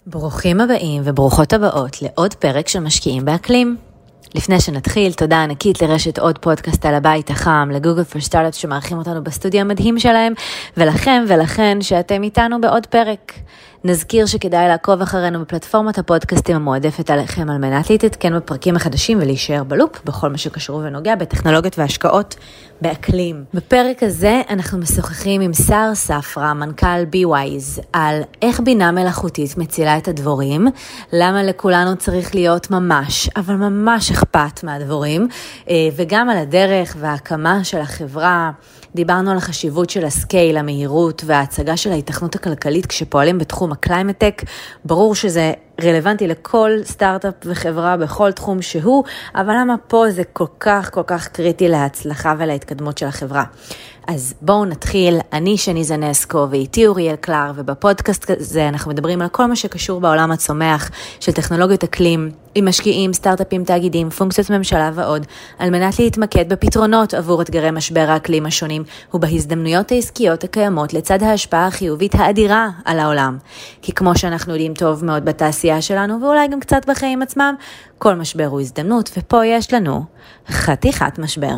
ברוכים הבאים וברוכות הבאות לעוד פרק של משקיעים באקלים. לפני שנתחיל, תודה ענקית לרשת עוד פודקאסט על הבית החם, לגוגל פור סטארט-אפ שמארחים אותנו בסטודיו המדהים שלהם, ולכם ולכן שאתם איתנו בעוד פרק. נזכיר שכדאי לעקוב אחרינו בפלטפורמת הפודקאסטים המועדפת עליכם על מנת להתעדכן בפרקים החדשים ולהישאר בלופ בכל מה שקשור ונוגע בטכנולוגיות והשקעות באקלים. בפרק הזה אנחנו משוחחים עם סער ספרא, מנכ"ל BeWise, על איך בינה מלאכותית מצילה את הדבורים, למה לכולנו צריך להיות ממש, אבל ממש אכפת מהדבורים, וגם על הדרך וההקמה של החברה. דיברנו על החשיבות של הסקייל, המהירות וההצגה של ההיתכנות הכלכלית כשפועלים בתחום הקליימטק. ברור שזה רלוונטי לכל סטארט-אפ וחברה בכל תחום שהוא, אבל למה פה זה כל כך קריטי להצלחה ולהתקדמות של החברה. אז בואו נתחיל. אני שני זנסקו ואיתי אוריאל קלר, ובפודקאסט הזה אנחנו מדברים על כל מה שקשור בעולם הצומח של טכנולוגיות אקלים, עם משקיעים, סטארט-אפים, תאגידים, פונקציות ממשלה ועוד, על מנת להתמקד בפתרונות עבור אתגרי משבר האקלים השונים ובהזדמנויות העסקיות הקיימות לצד ההשפעה החיובית האדירה על העולם. כי כמו שאנחנו יודעים טוב מאוד בתעשייה שלנו, ואולי גם קצת בחיים עצמם, כל משבר הוא הזדמנות, ופה יש לנו חתיכת משבר.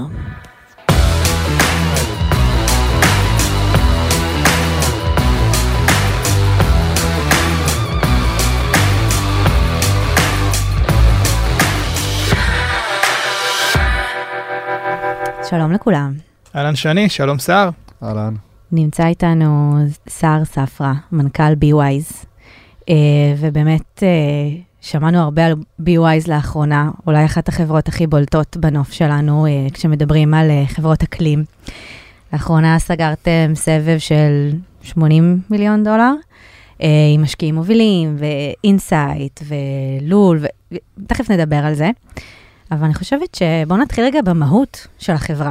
שלום לכולם. אהלן שני, שלום סער. אהלן. נמצא איתנו סער ספרא, מנכ"ל BeWise, ובאמת שמענו הרבה על BeWise לאחרונה, אולי אחת החברות הכי בולטות בנוף שלנו כשמדברים על חברות אקלים. לאחרונה סגרתם סבב של $80 מיליון, עם משקיעים מובילים ואינסייט ולול, ותכף נדבר על זה. אבל אני חושבת שבואו נתחיל רגע במהות של החברה.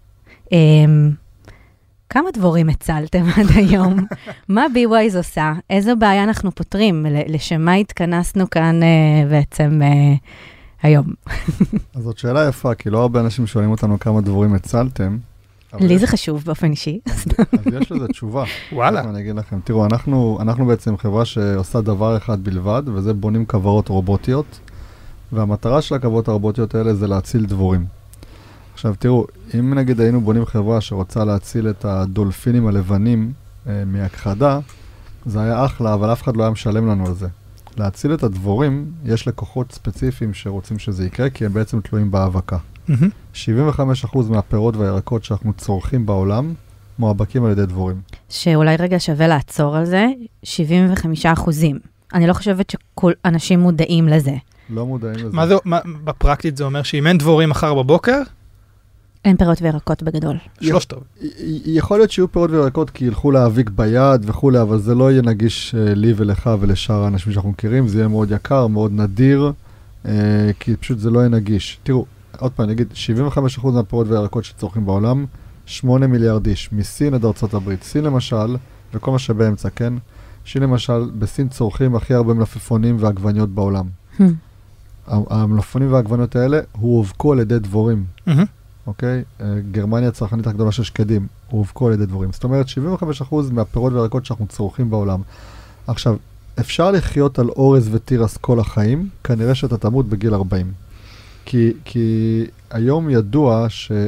כמה דבורים הצלתם עד היום? מה BeWise עושה? איזו בעיה אנחנו פותרים? לשמה התכנסנו כאן בעצם היום? אז זאת שאלה יפה, כי לא הרבה אנשים שואלים אותנו כמה דבורים הצלתם. לי זה חשוב באופן אישי. אז יש לזה תשובה. וואלה. אני אגיד לכם, תראו, אנחנו בעצם חברה שעושה דבר אחד בלבד, וזה בונים כוורות רובוטיות. והמטרה של הכוורות הרובוטיות האלה זה להציל דבורים. עכשיו תראו, אם נגיד היינו בונים חברה שרוצה להציל את הדולפינים הלבנים מהכחדה, זה היה אחלה, אבל אף אחד לא היה משלם לנו על זה. להציל את הדבורים, יש לקוחות ספציפיים שרוצים שזה יקרה, כי הם בעצם תלויים בהאבקה. 75% מהפירות והירקות שאנחנו צורכים בעולם, מואבקים על ידי דבורים. שאולי רגע שווה לעצור על זה, 75%. אני לא חושבת שכל אנשים מודעים לזה. לא מודעים לזה. מה זה, בפרקטית זה אומר שאם אין דבורים מחר בבוקר? אין פירות וירקות בגדול. שלושת. יכול להיות שיהיו פירות וירקות כי ילכו להאביק ביד וכו', אבל זה לא יהיה נגיש לי ולך ולשאר האנשים שאנחנו מכירים, זה יהיה מאוד יקר, מאוד נדיר, כי פשוט זה לא יהיה נגיש. תראו, עוד פעם, נגיד, 75% מהפירות וירקות שצורכים בעולם, 8 מיליארד איש, מסין עד ארצות הברית. סין למשל, וכל מה שבאמצע, כן? סין למשל, בסין צורכים הכי הרבה מלפפונים ועגבניות בעולם. המלפפונים והעגבניות האלה הובקו על ידי דבורים. אוקיי? גרמניה הצרכנית הגדולה של שקדים, הובקו על ידי דבורים. זאת אומרת, 75% מהפירות והירקות שאנחנו צורכים בעולם. עכשיו, אפשר לחיות על אורז ותירס כל החיים, כנראה שאתה תמות בגיל 40. כי היום ידוע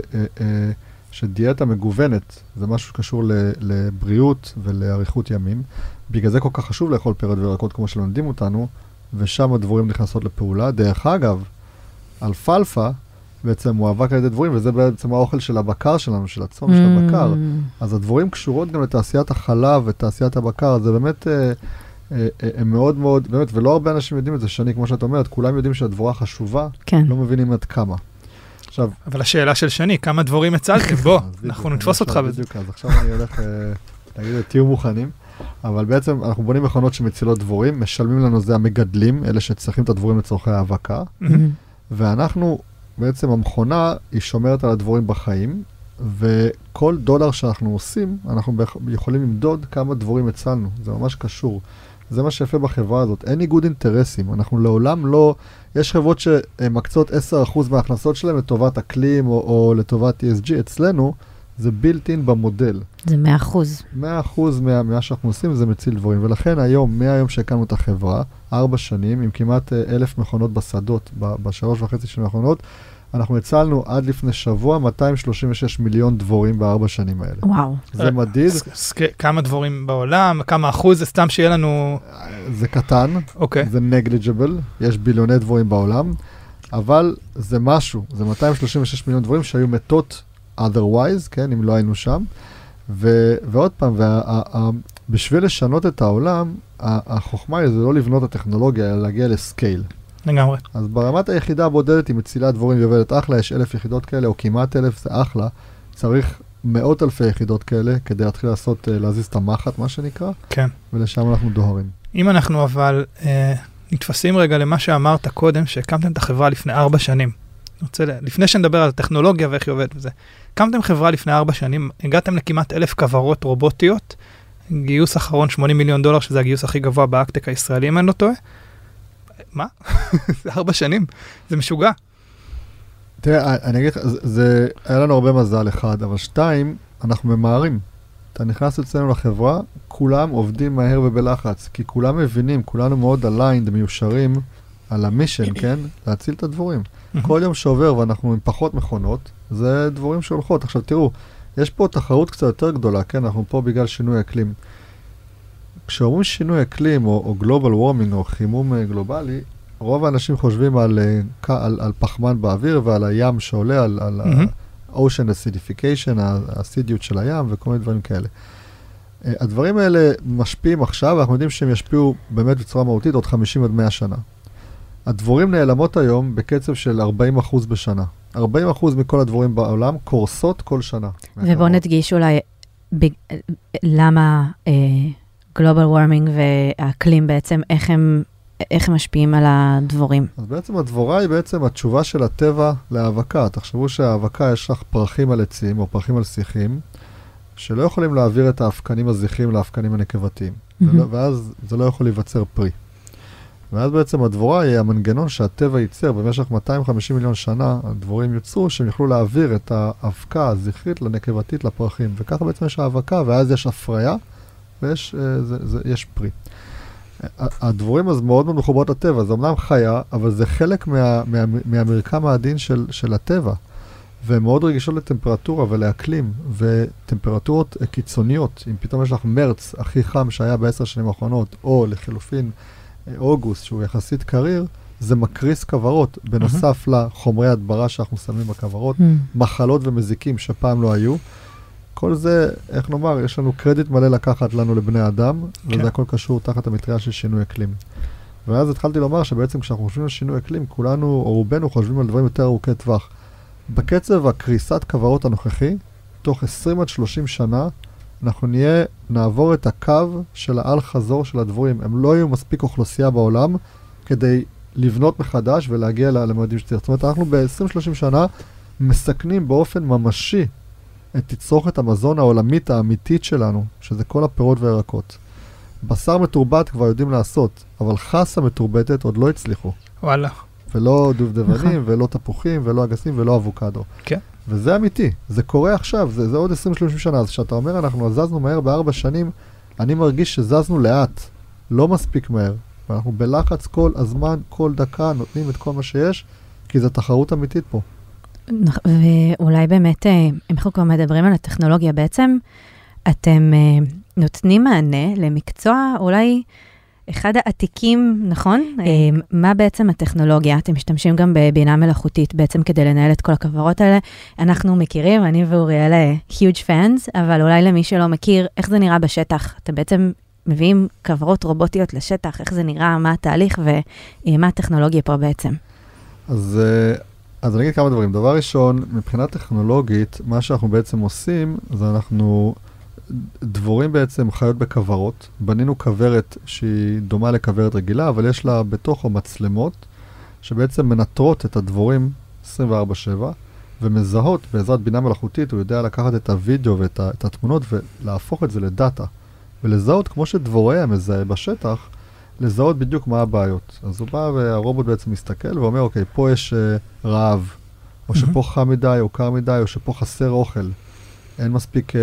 שדיאטה מגוונת, זה משהו שקשור לבריאות ולאריכות ימים. בגלל זה כל כך חשוב לאכול פירות וירקות כמו שלומדים אותנו, ושם הדבורים נכנסות לפעולה. דרך אגב, אלפלפה בעצם מואבק על ידי דבורים, וזה בעצם האוכל של הבקר שלנו, של הצום של הבקר. אז הדבורים קשורות גם לתעשיית החלב ותעשיית הבקר, זה באמת, הם מאוד מאוד, באמת, ולא הרבה אנשים יודעים את זה, שני, כמו שאת אומרת, כולם יודעים שהדבורה חשובה, כן. לא מבינים עד כמה. עכשיו, אבל השאלה של שני, כמה דבורים הצלתם? בוא, אנחנו נתפוס אותך בזה. בדיוק, אז עכשיו אני הולך להגיד, תהיו מוכנים. אבל בעצם אנחנו בונים מכונות שמצילות דבורים, משלמים לנו זה המגדלים, אלה שצריכים את הדבורים לצורכי האבקה, ואנחנו, בעצם המכונה היא שומרת על הדבורים בחיים, וכל דולר שאנחנו עושים, אנחנו יכולים למדוד כמה דבורים הצלנו, זה ממש קשור. זה מה שיפה בחברה הזאת, אין איגוד אינטרסים, אנחנו לעולם לא, יש חברות שמקצות 10% מההכנסות שלהם לטובת אקלים או לטובת ESG, אצלנו זה built-in במודל. זה 100%. 100% מה שאנחנו עושים זה מציל דברים, ולכן היום, מהיום שהקמנו את החברה, 4 שנים, עם כמעט 1,000 מכונות בשדות, ב3.5 שנים האחרונות, אנחנו הצלנו עד לפני שבוע 236 מיליון דבורים ב4 שנים האלה. וואו. זה מדיד. כמה דבורים בעולם, כמה אחוז, זה סתם שיהיה לנו... זה קטן, זה negligible, יש ביליוני דבורים בעולם, אבל זה משהו, זה 236 מיליון דבורים שהיו מתות otherwise, כן, אם לא היינו שם, ועוד פעם, בשביל לשנות את העולם, החוכמה היא זה לא לבנות את הטכנולוגיה, אלא להגיע לסקייל. לגמרי. אז ברמת היחידה הבודדת היא מצילה דבורים ועובדת אחלה, יש 1,000 יחידות כאלה, או כמעט 1,000, זה אחלה. צריך מאות אלפי יחידות כאלה, כדי להתחיל להזיז את המחט, מה שנקרא. כן. ולשם אנחנו דוהרים. אם אנחנו אבל נתפסים רגע למה שאמרת קודם, שהקמתם את החברה לפני 4 שנים. לפני שנדבר על הטכנולוגיה ואיך היא עובדת וזה. הקמתם חברה לפני 4 שנים, הגעתם לכמעט 1,000 כוורות רובוטיות, גיוס אחרון $80 מיליון, שזה הגיוס הכי גבוה באקטק הישראלי, אם אני לא טועה. מה? זה 4 שנים. זה משוגע. תראה, אני אגיד לך, היה לנו הרבה מזל אחד, אבל 2, אנחנו ממהרים. אתה נכנס אצלנו לחברה, כולם עובדים מהר ובלחץ, כי כולם מבינים, כולנו מאוד aligned, מיושרים על המישן, כן? להציל את הדבורים. כל יום שעובר ואנחנו עם פחות מכונות, זה דבורים שהולכות. עכשיו תראו, יש פה תחרות קצת יותר גדולה, כן? אנחנו פה בגלל שינוי אקלים. כשאומרים שינוי אקלים או global warming או חימום גלובלי, רוב האנשים חושבים על פחמן באוויר ועל הים שעולה, על ocean acidification, האסידיות של הים וכל מיני דברים כאלה. הדברים האלה משפיעים עכשיו, ואנחנו יודעים שהם ישפיעו באמת בצורה מהותית עוד 50 עד 100 שנה. הדבורים נעלמות היום בקצב של 40% בשנה. 40% מכל הדבורים בעולם קורסות כל שנה. ובואו נדגיש אולי למה global warming והאקלים בעצם, איך הם משפיעים על הדבורים. אז בעצם הדבורה היא בעצם התשובה של הטבע להאבקה. תחשבו שהאבקה יש לך פרחים על עצים או פרחים על שיחים, שלא יכולים להעביר את האבקנים הזיחים לאבקנים הנקבתיים. ואז זה לא יכול להיווצר פרי. ואז בעצם הדבורה היא המנגנון שהטבע ייצר במשך 250 מיליון שנה, הדבורים יוצרו שהם יוכלו להעביר את האבקה הזכרית לנקבתית לפרחים. וככה בעצם יש האבקה, ואז יש הפריה, ויש פרי. הדבורים אז מאוד מאוד מחוברות לטבע, זה אמנם חיה, אבל זה חלק מהמרקם העדין של הטבע. והן מאוד רגישות לטמפרטורה ולאקלים, וטמפרטורות קיצוניות. אם פתאום יש לך מרץ הכי חם שהיה ב10 שנים האחרונות, או לחילופין אוגוסט שהוא יחסית קריר, זה מקריס כוורות, בנוסף לחומרי הדברה שאנחנו שמים בכוורות, מחלות ומזיקים שפעם לא היו. כל זה, איך נאמר, יש לנו קרדיט מלא לקחת לנו לבני אדם, וזה הכל קשור תחת המטריה של שינוי אקלים. ואז התחלתי לומר שבעצם כשאנחנו חושבים על שינוי אקלים, כולנו או רובנו חושבים על דברים יותר ארוכי טווח. בקצב הקריסת כוורות הנוכחי, תוך 20 עד 30 שנה, אנחנו נעבור את הקו של העל חזור של הדבורים. הם לא יהיו מספיק אוכלוסייה בעולם כדי לבנות מחדש ולהגיע למועדים שצריך. זאת אומרת, אנחנו ב-20-30 שנה מסכנים באופן ממשי את תצרוכת המזון העולמית האמיתית שלנו, שזה כל הפירות והירקות. בשר מתורבת כבר יודעים לעשות, אבל חסה מתורבתת עוד לא הצליחו. וואלה. ולא דובדבנים, ולא תפוחים, ולא אגסים, ולא אבוקדו. כן. וזה אמיתי, זה קורה עכשיו, זה עוד 20-30 שנה. אז כשאתה אומר, אנחנו זזנו מהר ב4 שנים, אני מרגיש שזזנו לאט, לא מספיק מהר. ואנחנו בלחץ כל הזמן, כל דקה, נותנים את כל מה שיש, כי זו תחרות אמיתית פה. ואולי באמת, אם אנחנו כבר מדברים על הטכנולוגיה, בעצם אתם נותנים מענה למקצוע אולי אחד העתיקים, נכון? מה בעצם הטכנולוגיה? אתם משתמשים גם בבינה מלאכותית בעצם כדי לנהל את כל הכוורות האלה. אנחנו מכירים, אני ואוריאל huge fans, אבל אולי למי שלא מכיר, איך זה נראה בשטח? אתם בעצם מביאים כוורות רובוטיות לשטח, איך זה נראה, מה התהליך ומה הטכנולוגיה פה בעצם? אז אני אגיד כמה דברים. דבר ראשון, מבחינה טכנולוגית, מה שאנחנו בעצם עושים, זה אנחנו דבורים בעצם חיות בכוורות. בנינו כוורת שהיא דומה לכוורת רגילה, אבל יש לה בתוכו מצלמות, שבעצם מנטרות את הדבורים 24/7, ומזהות בעזרת בינה מלאכותית, הוא יודע לקחת את הוידאו ואת התמונות ולהפוך את זה לדאטה. ולזהות, כמו שדבוריה מזהה בשטח, לזהות בדיוק מה הבעיות. אז הוא בא והרובוט בעצם מסתכל ואומר, אוקיי, פה יש רעב, או שפה חם מדי, או קר מדי, או שפה חסר אוכל. אין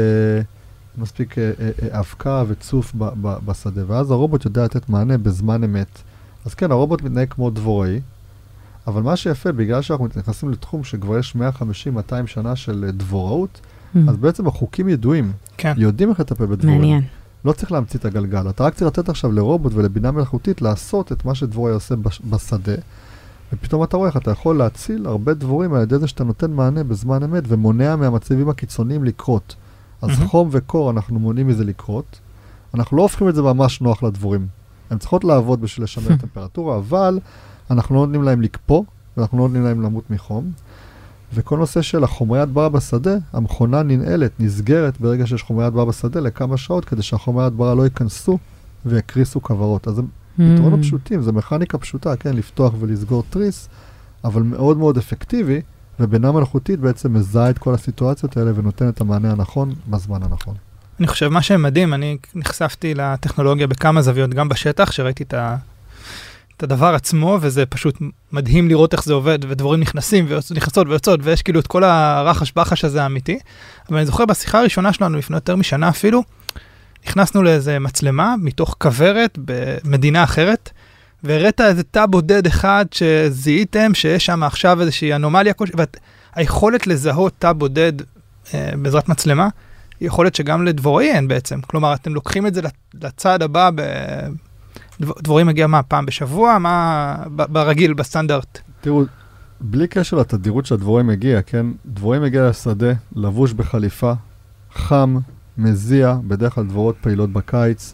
מספיק אבקה וצוף בשדה, ואז הרובוט יודע לתת מענה בזמן אמת. אז כן, הרובוט מתנהג כמו דבוראי, אבל מה שיפה, בגלל שאנחנו נכנסים לתחום שכבר יש 150-200 שנה של דבוראות, אז בעצם החוקים ידועים, יודעים איך לטפל בדבורים. מעניין. לא צריך להמציא את הגלגל. אתה רק צריך לתת עכשיו לרובוט ולבינה מלאכותית לעשות את מה שדבוראי עושה בשדה, ופתאום אתה רואה איך אתה יכול להציל הרבה דבורים על ידי זה שאתה נותן מענה בזמן אמת ומונע מהמצבים הקיצוניים לקרות. אז חום וקור אנחנו מונעים מזה לקרות. אנחנו לא הופכים את זה ממש נוח לדבורים. הן צריכות לעבוד בשביל לשמר טמפרטורה, אבל אנחנו לא נותנים להם לקפוא, ואנחנו לא נותנים להם למות מחום. וכל נושא של החומרי הדברה בשדה, המכונה ננעלת, נסגרת ברגע שיש חומרי הדברה בשדה לכמה שעות, כדי שהחומרי הדברה לא ייכנסו ויקריסו כוורות. אז זה פתרונות פשוטים, זה מכניקה פשוטה, כן, לפתוח ולסגור תריס, אבל מאוד מאוד אפקטיבי, ובינה מלאכותית בעצם מזהה את כל הסיטואציות האלה ונותן את המענה הנכון בזמן הנכון. אני חושב מה שמדהים, אני נחשפתי לטכנולוגיה בכמה זוויות, גם בשטח, שראיתי את הדבר עצמו, וזה פשוט מדהים לראות איך זה עובד, ודבורים נכנסים ונכנסות ויוצאות, ויש כאילו את כל הרחש בחש הזה האמיתי. אבל אני זוכר בשיחה הראשונה שלנו, לפני יותר משנה אפילו, נכנסנו לאיזה מצלמה מתוך כוורת במדינה אחרת, והראית איזה תא בודד אחד שזיהיתם שיש שם עכשיו איזושהי אנומליה, והיכולת לזהות תא בודד בעזרת מצלמה, היא יכולת שגם לדבוראי אין בעצם. כלומר, אתם לוקחים את זה לצד הבא, דבוראי מגיע מה, פעם בשבוע? מה ברגיל, בסטנדרט? תראו, בלי קשר לתדירות שהדבוראי מגיע, כן? דבוראי מגיע לשדה, לבוש בחליפה, חם, מזיע, בדרך כלל דבורות פעילות בקיץ,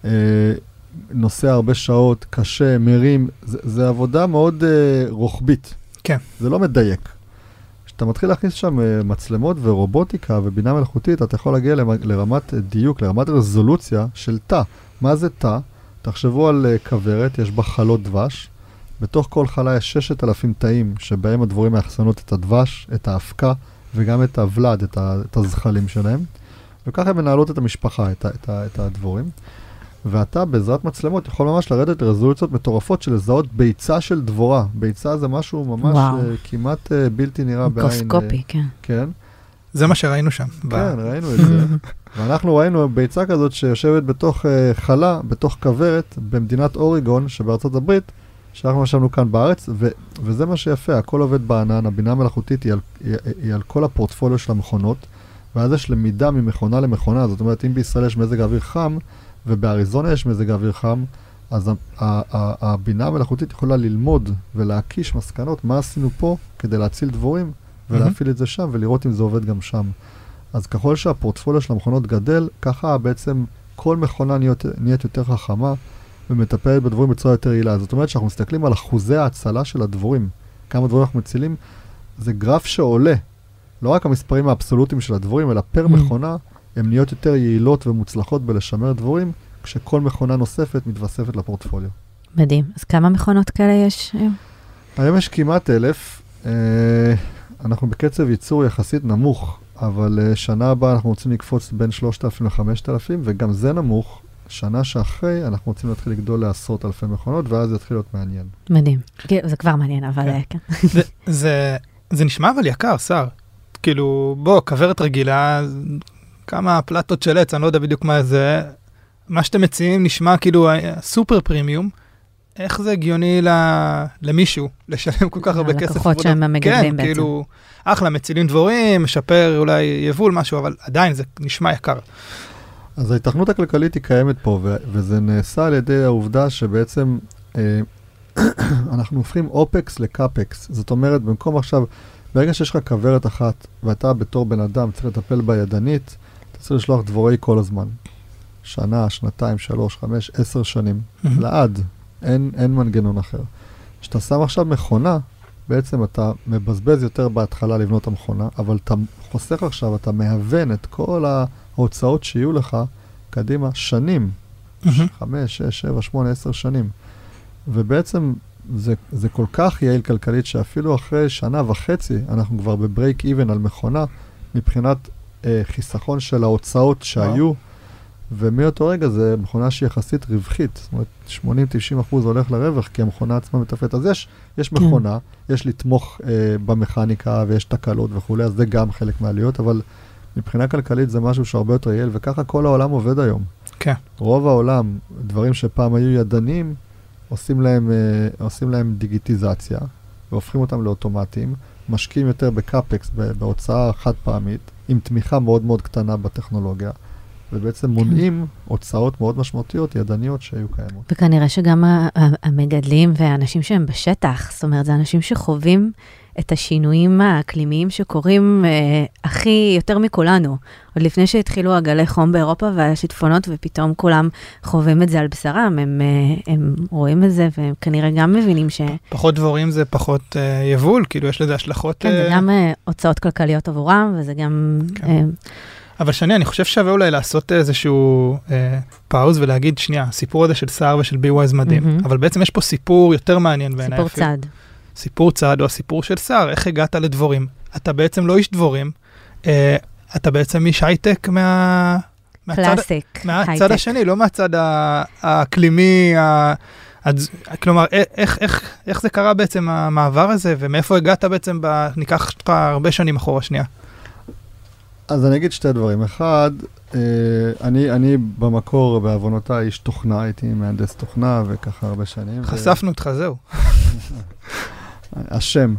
נוסע הרבה שעות, קשה, מרים, זה עבודה מאוד רוחבית. כן. זה לא מדייק. כשאתה מתחיל להכניס שם מצלמות ורובוטיקה ובינה מלאכותית, אתה יכול להגיע לרמת דיוק, לרמת רזולוציה של תא. מה זה תא? תחשבו על כוורת, יש בה חלות דבש. בתוך כל חלה יש 6,000 תאים שבהם הדבורים מאחסנות את הדבש, את האבקה וגם את הוולד, את הזחלים שלהם. וככה הן מנהלות את המשפחה, את הדבורים. ואתה בעזרת מצלמות יכול ממש לרדת לרזולוציות מטורפות של לזהות ביצה של דבורה. ביצה זה משהו ממש כמעט בלתי נראה בעין. מיקרוסקופי, כן. כן. זה מה שראינו שם. כן, ראינו את זה. ואנחנו ראינו ביצה כזאת שיושבת בתוך חלה, בתוך כוורת, במדינת אוריגון שבארצות הברית, שאנחנו ישבנו כאן בארץ, וזה מה שיפה, הכל עובד בענן, הבינה מלאכותית היא על כל הפורטפוליו של המכונות, ואז יש למידה ממכונה למכונה, זאת אומרת, אם בישראל יש מזג האוויר חם, ובאריזונה יש מזג האוויר חם, אז הבינה המלאכותית יכולה ללמוד ולהקיש מסקנות מה עשינו פה כדי להציל דבורים, ולהפעיל את זה שם ולראות אם זה עובד גם שם. אז ככל שהפורטפוליו של המכונות גדל, ככה בעצם כל מכונה נהיית יותר חכמה, ומטפלת בדבורים בצורה יותר יעילה. זאת אומרת שאנחנו מסתכלים על אחוזי ההצלה של הדבורים, כמה דבורים אנחנו מצילים, זה גרף שעולה. לא רק המספרים האבסולוטיים של הדבורים, אלא פר מכונה, הן נהיות יותר יעילות ומוצלחות בלשמר דבורים, כשכל מכונה נוספת מתווספת לפורטפוליו. מדהים. אז כמה מכונות כאלה יש היום? היום יש כמעט 1,000. אנחנו בקצב ייצור יחסית נמוך, אבל שנה הבאה אנחנו רוצים לקפוץ בין 3,000 ל-5,000, וגם זה נמוך. שנה שאחרי אנחנו רוצים להתחיל לגדול לעשרות אלפי מכונות, ואז זה יתחיל להיות מעניין. מדהים. זה כבר מעניין, אבל כן. זה נשמע אבל יקר, שר. כאילו, בוא, כוורת רגילה, כמה פלטות של עץ, אני לא יודע בדיוק מה זה. מה שאתם מציעים נשמע כאילו סופר פרימיום. איך זה הגיוני למישהו לשלם כל כך הרבה כסף? לקוחות שהם המגדלים בעצם. כאילו, אחלה, מצילים דבורים, משפר אולי יבול משהו, אבל עדיין זה נשמע יקר. אז ההתכנות הכלכלית היא קיימת פה, וזה נעשה על ידי העובדה שבעצם אנחנו הופכים אופקס לקאפקס. זאת אומרת, במקום עכשיו, ברגע שיש לך כוורת אחת, ואתה בתור בן אדם צריך לטפל בה ידנית, אתה צריך לשלוח דבוראי כל הזמן. שנה, שנתיים, 3, 5, 10 שנים. לעד. אין מנגנון אחר. כשאתה שם עכשיו מכונה, בעצם אתה מבזבז יותר בהתחלה לבנות המכונה, אבל אתה חוסך עכשיו, אתה מהוון את כל ההוצאות שיהיו לך קדימה שנים. 5, 6, 7, 8, 10 שנים. ובעצם זה כל כך יעיל כלכלית שאפילו אחרי שנה וחצי אנחנו כבר בברייק איבן על מכונה מבחינת חיסכון של ההוצאות שהיו, ומאותו רגע זה מכונה שהיא יחסית רווחית. זאת אומרת, 80-90% הולך לרווח, כי המכונה עצמה מתפעלת. אז יש מכונה, יש לתמוך במכניקה ויש תקלות וכו', אז זה גם חלק מהעלויות, אבל מבחינה כלכלית זה משהו שהרבה יותר יעיל, וככה כל העולם עובד היום. כן. רוב העולם, דברים שפעם היו ידנים, עושים להם דיגיטיזציה, והופכים אותם לאוטומטיים, משקיעים יותר בקאפקס, בהוצאה חד פעמית, עם תמיכה מאוד מאוד קטנה בטכנולוגיה, ובעצם מונעים הוצאות מאוד משמעותיות, ידניות שהיו קיימות. וכנראה שגם המגדלים והאנשים שהם בשטח, זאת אומרת, זה אנשים שחווים את השינויים האקלימיים שקורים הכי יותר מכולנו. עוד לפני שהתחילו הגלי חום באירופה והשיטפונות, ופתאום כולם חווים את זה על בשרם, הם רואים את זה, והם כנראה גם מבינים ש... פחות דבורים זה פחות יבול, כאילו יש לזה השלכות... כן, זה גם הוצאות כלכליות עבורם, וזה גם... אבל שני, אני חושב שווה אולי לעשות איזשהו פאוז ולהגיד, שנייה, הסיפור הזה של סער ושל BeWise מדהים, אבל בעצם יש פה סיפור יותר מעניין בעיניי. סיפור צד. סיפור צד או הסיפור של סער, איך הגעת לדבורים? אתה בעצם לא איש דבורים, אתה בעצם איש הייטק מהצד השני, לא מהצד האקלימי, כלומר, איך זה קרה בעצם המעבר הזה, ומאיפה הגעת בעצם, ניקח לך הרבה שנים אחורה שנייה. אז אני אגיד שתי דברים. אחד, אני במקור, בעוונותיי, איש תוכנה, הייתי מהנדס תוכנה וככה הרבה שנים. חשפנו אותך, זהו. השם.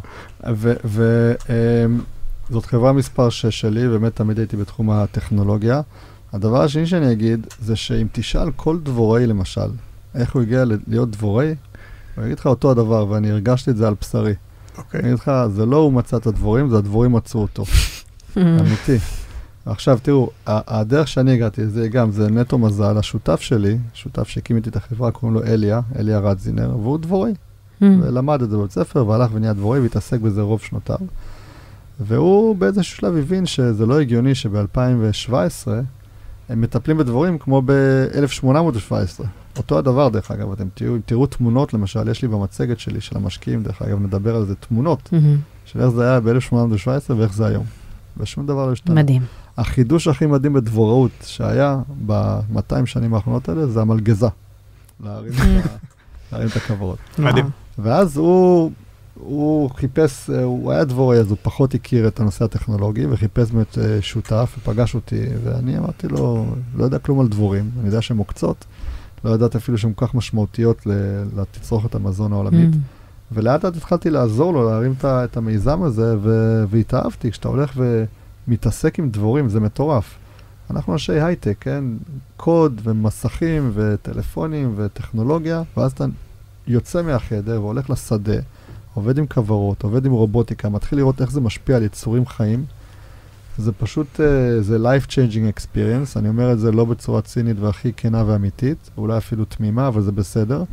וזאת חברה מספר 6 שלי, באמת תמיד הייתי בתחום הטכנולוגיה. הדבר השני שאני אגיד, זה שאם תשאל כל דבורי למשל, איך הוא הגיע להיות דבורי, הוא יגיד לך אותו הדבר, ואני הרגשתי את זה על בשרי. אני אגיד לך, זה לא הוא מצא את הדבורים, זה הדבורים מצאו אותו. אמיתי. עכשיו, תראו, הדרך שאני הגעתי, זה נטו מזל, השותף שלי, שותף שהקים איתי את החברה, קוראים לו אליה רדזינר, והוא דבורי. ולמד את זה בבית ספר, והלך ונהיה דבורי, והתעסק בזה רוב שנותיו. והוא באיזשהו שלב הבין שזה לא הגיוני שב-2017 הם מטפלים בדבורים כמו ב-1817. אותו הדבר, דרך אגב, אתם תראו תמונות, למשל, יש לי במצגת שלי, של המשקיעים, דרך אגב, נדבר על זה תמונות, של איך זה היה ב-1817 ואיך זה היום. ושום דבר לא השתנה. מדהים. החידוש הכי מדהים בדבוראות שהיה ב-200 שנים האחרונות האלה, זה המלגזה. להרים את הכוורות. מדהים. ואז הוא חיפש, הוא היה דבורי, אז הוא פחות הכיר את הנושא הטכנולוגי, וחיפש באמת שותף, ופגש אותי, ואני אמרתי לו, לא יודע כלום על דבורים, אני יודע שהן מוקצות, לא יודעת אפילו שהן כל כך משמעותיות לתצרוכת המזון העולמית. ולאט לאט התחלתי לעזור לו, להרים את המיזם הזה, והתאהבתי, כשאתה הולך ומתעסק עם דבורים, זה מטורף. אנחנו אנשי הייטק, כן? קוד ומסכים וטלפונים וטכנולוגיה, ואז אתה יוצא מהחדר והולך לשדה, עובד עם כוורות, עובד עם רובוטיקה, מתחיל לראות איך זה משפיע על יצורים חיים. זה פשוט, זה life-changing experience, אני אומר את זה לא בצורה צינית והכי כנה ואמיתית, אולי אפילו תמימה, אבל זה בסדר.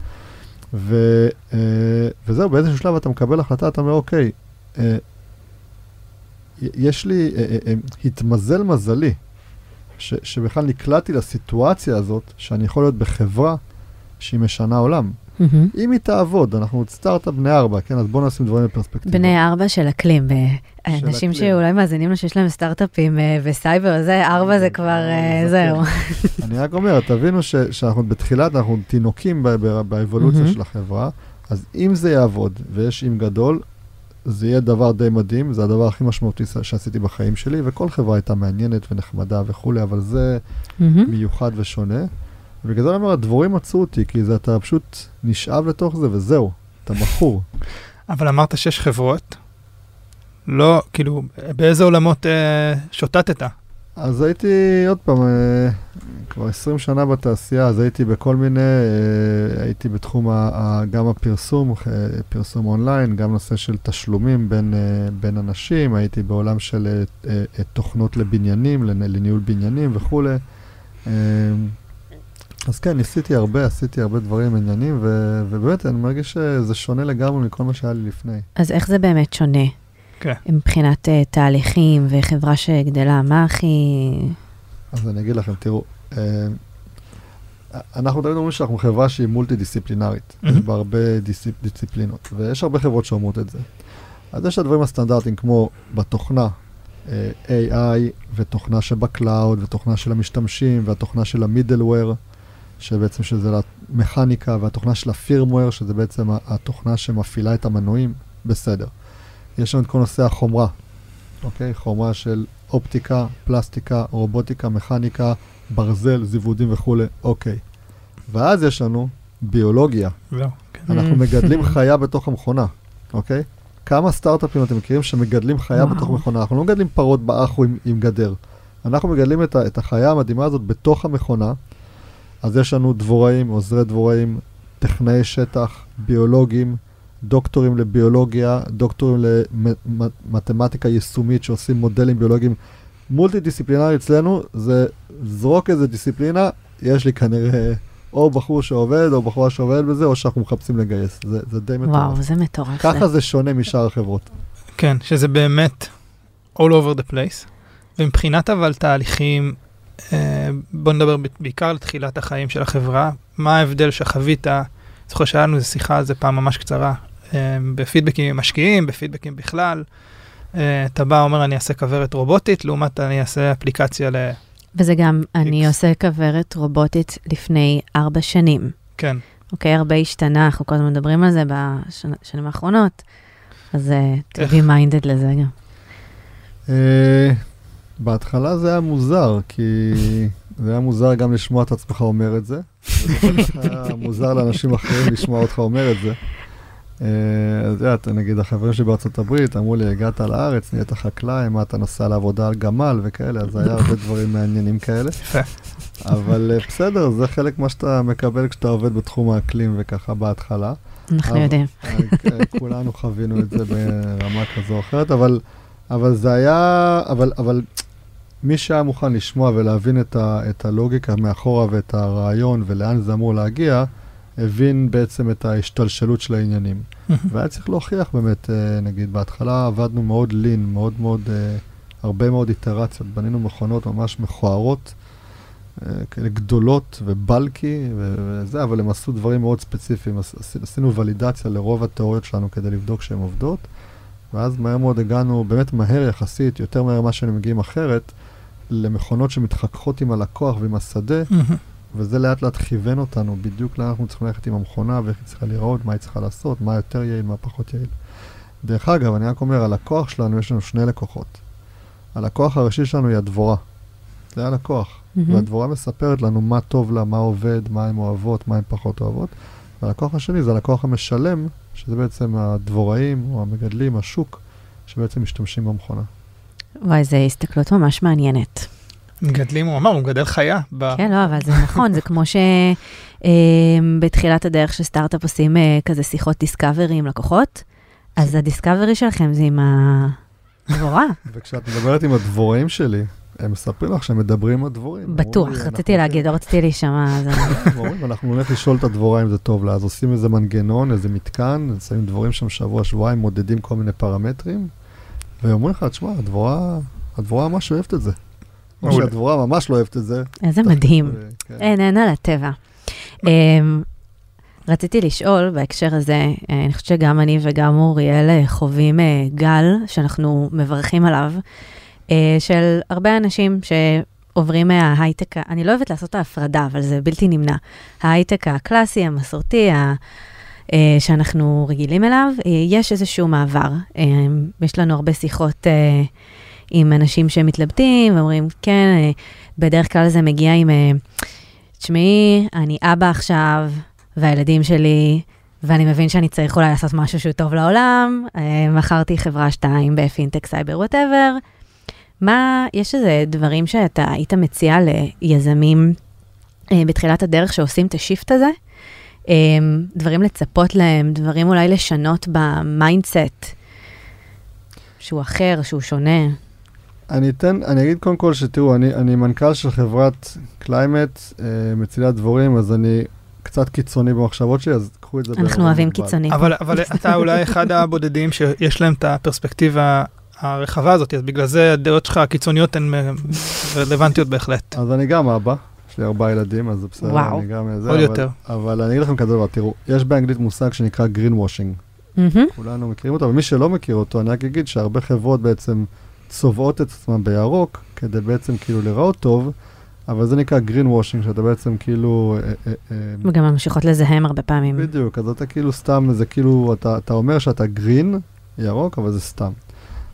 וזהו, באיזשהו שלב אתה מקבל החלטה, אתה אומר, אוקיי, יש לי, התמזל מזלי, שבכלל נקלעתי לסיטואציה הזאת, שאני יכול להיות בחברה שהיא משנה עולם. אם היא תעבוד, אנחנו סטארט-אפ בני 4, כן? אז בואו נשים דברים בפרספקטיבה. בני 4 של אקלים. אנשים שאולי מאזינים לו שיש להם סטארט-אפים וסייבר, זה 4 זה כבר, זהו. אני רק אומר, תבינו שאנחנו בתחילת, אנחנו תינוקים באבולוציה של החברה, אז אם זה יעבוד, ויש אם גדול, זה יהיה דבר די מדהים, זה הדבר הכי משמעותי שעשיתי בחיים שלי, וכל חברה הייתה מעניינת ונחמדה וכו', אבל זה מיוחד ושונה. ובגלל זה אני אומר, הדבורים מצאו אותי, כי זה אתה פשוט נשאב לתוך זה, וזהו, אתה מכור. אבל אמרת 6 חברות, לא, כאילו, באיזה עולמות שוטטת? אז הייתי, עוד פעם, כבר 20 שנה בתעשייה, אז הייתי בכל מיני, הייתי בתחום גם הפרסום, פרסום אונליין, גם נושא של תשלומים בין אנשים, הייתי בעולם של תוכנות לבניינים, לניהול בניינים וכו'. אז כן, עשיתי הרבה דברים עניינים, ובאמת אני מרגיש שזה שונה לגמרי מכל מה שהיה לי לפני. אז איך זה באמת שונה? כן. מבחינת תהליכים וחברה שגדלה, מה הכי... אז אני אגיד לכם, תראו, אנחנו תמיד אומרים שאנחנו חברה שהיא מולטי-דיסציפלינרית, יש בה הרבה דיסציפלינות, ויש הרבה חברות שאומרות את זה. אז יש הדברים הסטנדרטיים כמו בתוכנה, AI ותוכנה שבקלאוד, ותוכנה של המשתמשים, והתוכנה של המידלוור, שבעצם שזה למכניקה, והתוכנה של הפירמוור, שזה בעצם התוכנה שמפעילה את המנועים, בסדר. יש לנו את כל נושא החומרה, אוקיי? חומרה של אופטיקה, פלסטיקה, רובוטיקה, מכניקה, ברזל, זיוודים וכו'. אוקיי. ואז יש לנו ביולוגיה. אנחנו מגדלים חיה בתוך המכונה, אוקיי? כמה סטארט-אפים אתם מכירים שמגדלים חיה בתוך מכונה? אנחנו לא מגדלים פרות באחו עם גדר. אנחנו מגדלים את החיה המדהימה הזאת בתוך המכונה. אז יש לנו דבוראים, עוזרי דבוראים, טכנאי שטח, ביולוגים, דוקטורים לביולוגיה, דוקטורים למתמטיקה יישומית שעושים מודלים ביולוגיים. מולטי-דיסציפלינרי אצלנו זה זרוק איזה דיסציפלינה, יש לי כנראה או בחור שעובד או בחורה שעובד בזה, או שאנחנו מחפשים לגייס. זה די מטורף. וואו, זה מטורף. ככה זה שונה משאר החברות. כן, שזה באמת all over the place. ומבחינת אבל תהליכים, בוא נדבר בעיקר לתחילת החיים של החברה, מה ההבדל שחווית, זוכר שהיה לנו שיחה על זה פעם ממש קצרה, בפידבקים משקיעים, בפידבקים בכלל, אתה בא, אומר, אני אעשה כברת רובוטית, לעומת אני אעשה אפליקציה וזה גם, אני עושה כברת רובוטית לפני 4 שנים. כן. אוקיי, הרבה השתנה, אנחנו כל הזמן מדברים על זה בשנים האחרונות, אז תהיי מיינדד לזה גם. בהתחלה זה היה מוזר, כי זה היה מוזר גם לשמוע את עצמך אומר את זה. זה היה מוזר לאנשים אחרים לשמוע אותך אומר את זה. אז נגיד, החברים שלי בארצות הברית אמרו לי, הגעת לארץ, נהיית חקלאי, מה אתה נוסע לעבודה על גמל וכאלה, אז היה הרבה דברים מעניינים כאלה. אבל בסדר, זה חלק מה שאתה מקבל כשאתה עובד בתחום האקלים וככה בהתחלה. אנחנו יודעים. כולנו חווינו את זה ברמה כזו או אחרת, אבל זה היה, אבל מי שהיה מוכן לשמוע ולהבין את הלוגיקה מאחורה ואת הרעיון ולאן זה אמור להגיע, הבין בעצם את ההשתלשלות של העניינים. והיה צריך להוכיח באמת, נגיד, בהתחלה עבדנו מאוד לין, מאוד מאוד, הרבה מאוד איטרציות, בנינו מכונות ממש מכוערות, כאלה גדולות ובלקי וזה, אבל הם עשו דברים מאוד ספציפיים. עשינו ולידציה לרוב התיאוריות שלנו כדי לבדוק שהן עובדות, ואז מהר מאוד הגענו, באמת מהר יחסית, יותר מהר מה שהיינו מגיעים אחרת, למכונות שמתחככות עם הלקוח ועם השדה, וזה לאט לאט כיוון אותנו, בדיוק לאן אנחנו צריכים ללכת עם המכונה, ואיך היא צריכה לראות, מה היא צריכה לעשות, מה יותר יעיל, מה פחות יעיל. דרך אגב, אני רק אומר, הלקוח שלנו, יש לנו 2 לקוחות. הלקוח הראשי שלנו היא הדבורה. זה הלקוח. והדבורה מספרת לנו מה טוב לה, מה עובד, מה הן אוהבות, מה הן פחות אוהבות. והלקוח השני זה הלקוח המשלם, שזה בעצם הדבוראים או המגדלים, השוק, שבעצם משתמשים במכונה. וואי, זו הסתכלות ממש מעניינת. מגדלים, הוא אמר, הוא מגדל חיה. כן, לא, אבל זה נכון, זה כמו שבתחילת הדרך שסטארט-אפ עושים כזה שיחות דיסקאברי עם לקוחות, אז הדיסקאברי שלכם זה עם הדבורה. וכשאת מדברת עם הדבוראים שלי, הם מספרים לך שהם מדברים עם הדבורים. בטוח, רציתי להגיד, לא רציתי להישמע. אנחנו נלך לשאול את הדבורה אם זה טוב לה, אז עושים איזה מנגנון, איזה מתקן, שמים דבורים שם שבוע, שבועיים, מודדים כל מיני פרמטרים, ואומרים לך, תשמע, הדבורה ממש אוהבת את זה. או שהדבורה ממש לא אוהבת את זה. איזה מדהים. אין על הטבע. רציתי לשאול בהקשר הזה, אני חושבת שגם אני וגם אוריאל חווים גל שאנחנו מברכים עליו, של הרבה אנשים שעוברים מההייטק, אני לא אוהבת לעשות את ההפרדה, אבל זה בלתי נמנע. ההייטק הקלאסי, המסורתי, שאנחנו רגילים אליו, יש איזשהו מעבר. יש לנו הרבה שיחות עם אנשים שמתלבטים, ואומרים, כן, בדרך כלל זה מגיע עם, תשמעי, אני אבא עכשיו, והילדים שלי, ואני מבין שאני צריך אולי לעשות משהו שהוא טוב לעולם, מכרתי חברה 2 בפינטק, סייבר, whatever. יש איזה דברים שאתה היית מציע ליזמים בתחילת הדרך שעושים את השיפט הזה? דברים לצפות להם, דברים אולי לשנות במיינדסט, שהוא אחר, שהוא שונה. אני אגיד קודם כל שתראו, אני מנכ"ל של חברת קליימט, מצילת דבורים, אז אני קצת קיצוני במחשבות שלי, אז קחו את זה. אנחנו אוהבים קיצוני. אבל אתה אולי אחד הבודדים שיש להם את הפרספקטיבה הרחבה הזאת, אז בגלל זה הדעות שלך הקיצוניות הן רלוונטיות בהחלט. אז אני גם אבא, יש לי 4 ילדים, אז זה בסדר. וואו, עוד יותר. אבל אני אגיד לכם כזה דבר, תראו, יש באנגלית מושג שנקרא green washing. כולנו מכירים אותו, ומי שלא מכיר אותו, אני רק אגיד שהרבה חברות בעצם צובעות את עצמם בירוק, כדי בעצם כאילו לראות טוב, אבל זה נקרא green washing, שאתה בעצם כאילו... וגם ממשיכות לזהם הרבה פעמים. בדיוק, אז אתה כאילו סתם, זה כאילו, אתה אומר שאתה green, ירוק, אבל זה סתם.